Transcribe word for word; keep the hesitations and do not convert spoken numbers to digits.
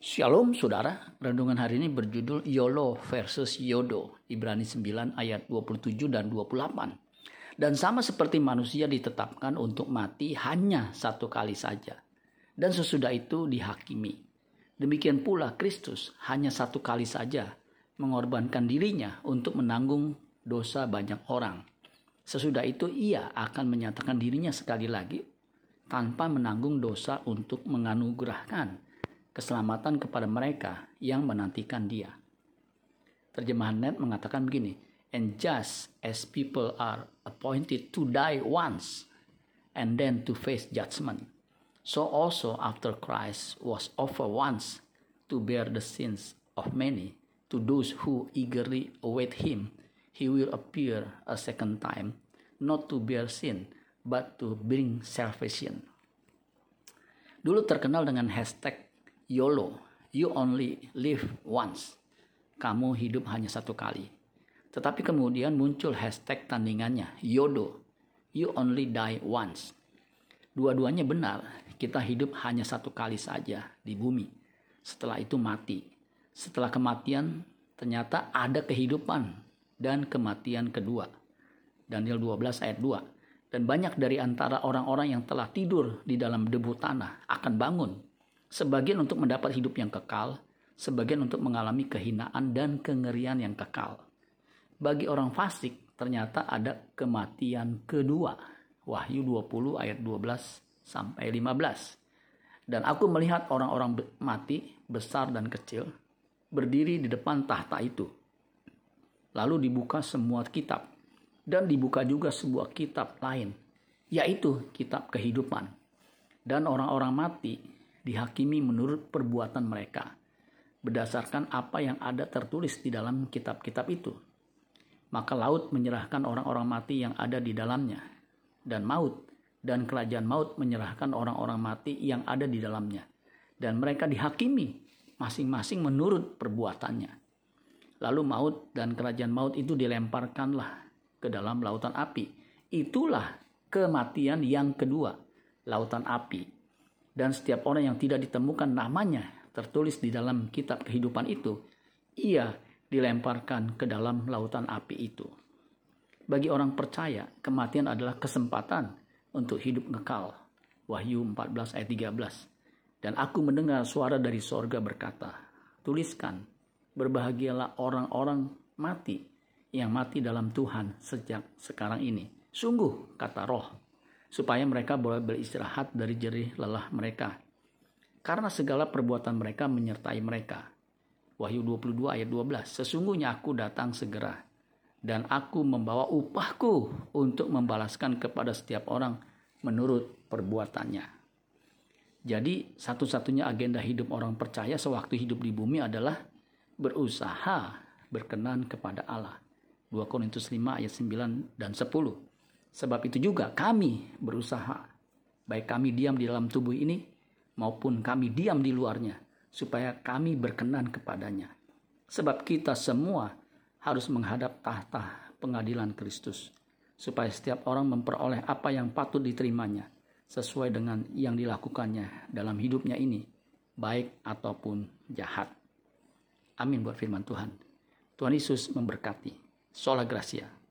Shalom saudara, renungan hari ini berjudul YOLO versus Yodo, Ibrani sembilan ayat dua puluh tujuh dan dua puluh delapan. Dan sama seperti manusia ditetapkan untuk mati hanya satu kali saja, dan sesudah itu dihakimi. Demikian pula Kristus hanya satu kali saja mengorbankan dirinya untuk menanggung dosa banyak orang. Sesudah itu ia akan menyatakan dirinya sekali lagi tanpa menanggung dosa untuk menganugerahkan keselamatan kepada mereka yang menantikan dia. Terjemahan Net mengatakan begini, and just as people are appointed to die once and then to face judgment, so also after Christ was offered once to bear the sins of many, to those who eagerly await him, he will appear a second time, not to bear sin, but to bring salvation. Dulu terkenal dengan hashtag YOLO, you only live once. Kamu hidup hanya satu kali. Tetapi kemudian muncul hashtag tandingannya, YODO, you only die once. Dua-duanya benar, kita hidup hanya satu kali saja di bumi. Setelah itu mati. Setelah kematian ternyata ada kehidupan dan kematian kedua. Daniel dua belas ayat dua. Dan banyak dari antara orang-orang yang telah tidur di dalam debu tanah akan bangun. Sebagian untuk mendapat hidup yang kekal, sebagian untuk mengalami kehinaan dan kengerian yang kekal. Bagi orang fasik, ternyata ada kematian kedua. Wahyu dua puluh ayat dua belas sampai lima belas. Dan aku melihat orang-orang mati, besar dan kecil, berdiri di depan tahta itu. Lalu dibuka semua kitab, dan dibuka juga sebuah kitab lain, yaitu kitab kehidupan. Dan orang-orang mati dihakimi menurut perbuatan mereka, berdasarkan apa yang ada tertulis di dalam kitab-kitab itu. Maka laut menyerahkan orang-orang mati yang ada di dalamnya, dan maut dan kerajaan maut menyerahkan orang-orang mati yang ada di dalamnya, dan mereka dihakimi masing-masing menurut perbuatannya. Lalu maut dan kerajaan maut itu dilemparkanlah ke dalam lautan api. Itulah kematian yang kedua, lautan api. Dan setiap orang yang tidak ditemukan namanya tertulis di dalam kitab kehidupan itu, ia dilemparkan ke dalam lautan api itu. Bagi orang percaya, kematian adalah kesempatan untuk hidup kekal. Wahyu empat belas ayat tiga belas. Dan aku mendengar suara dari sorga berkata, tuliskan, berbahagialah orang-orang mati yang mati dalam Tuhan sejak sekarang ini. Sungguh, kata Roh, supaya mereka boleh beristirahat dari jerih lelah mereka, karena segala perbuatan mereka menyertai mereka. Wahyu dua puluh dua ayat dua belas. Sesungguhnya aku datang segera, dan aku membawa upahku untuk membalaskan kepada setiap orang menurut perbuatannya. Jadi satu-satunya agenda hidup orang percaya sewaktu hidup di bumi adalah berusaha berkenan kepada Allah. dua Korintus lima ayat sembilan dan sepuluh. Sebab itu juga kami berusaha, baik kami diam di dalam tubuh ini maupun kami diam di luarnya, supaya kami berkenan kepadanya. Sebab kita semua harus menghadap tahta pengadilan Kristus, supaya setiap orang memperoleh apa yang patut diterimanya, sesuai dengan yang dilakukannya dalam hidupnya ini, baik ataupun jahat. Amin buat firman Tuhan. Tuhan Yesus memberkati. Sola Gracia.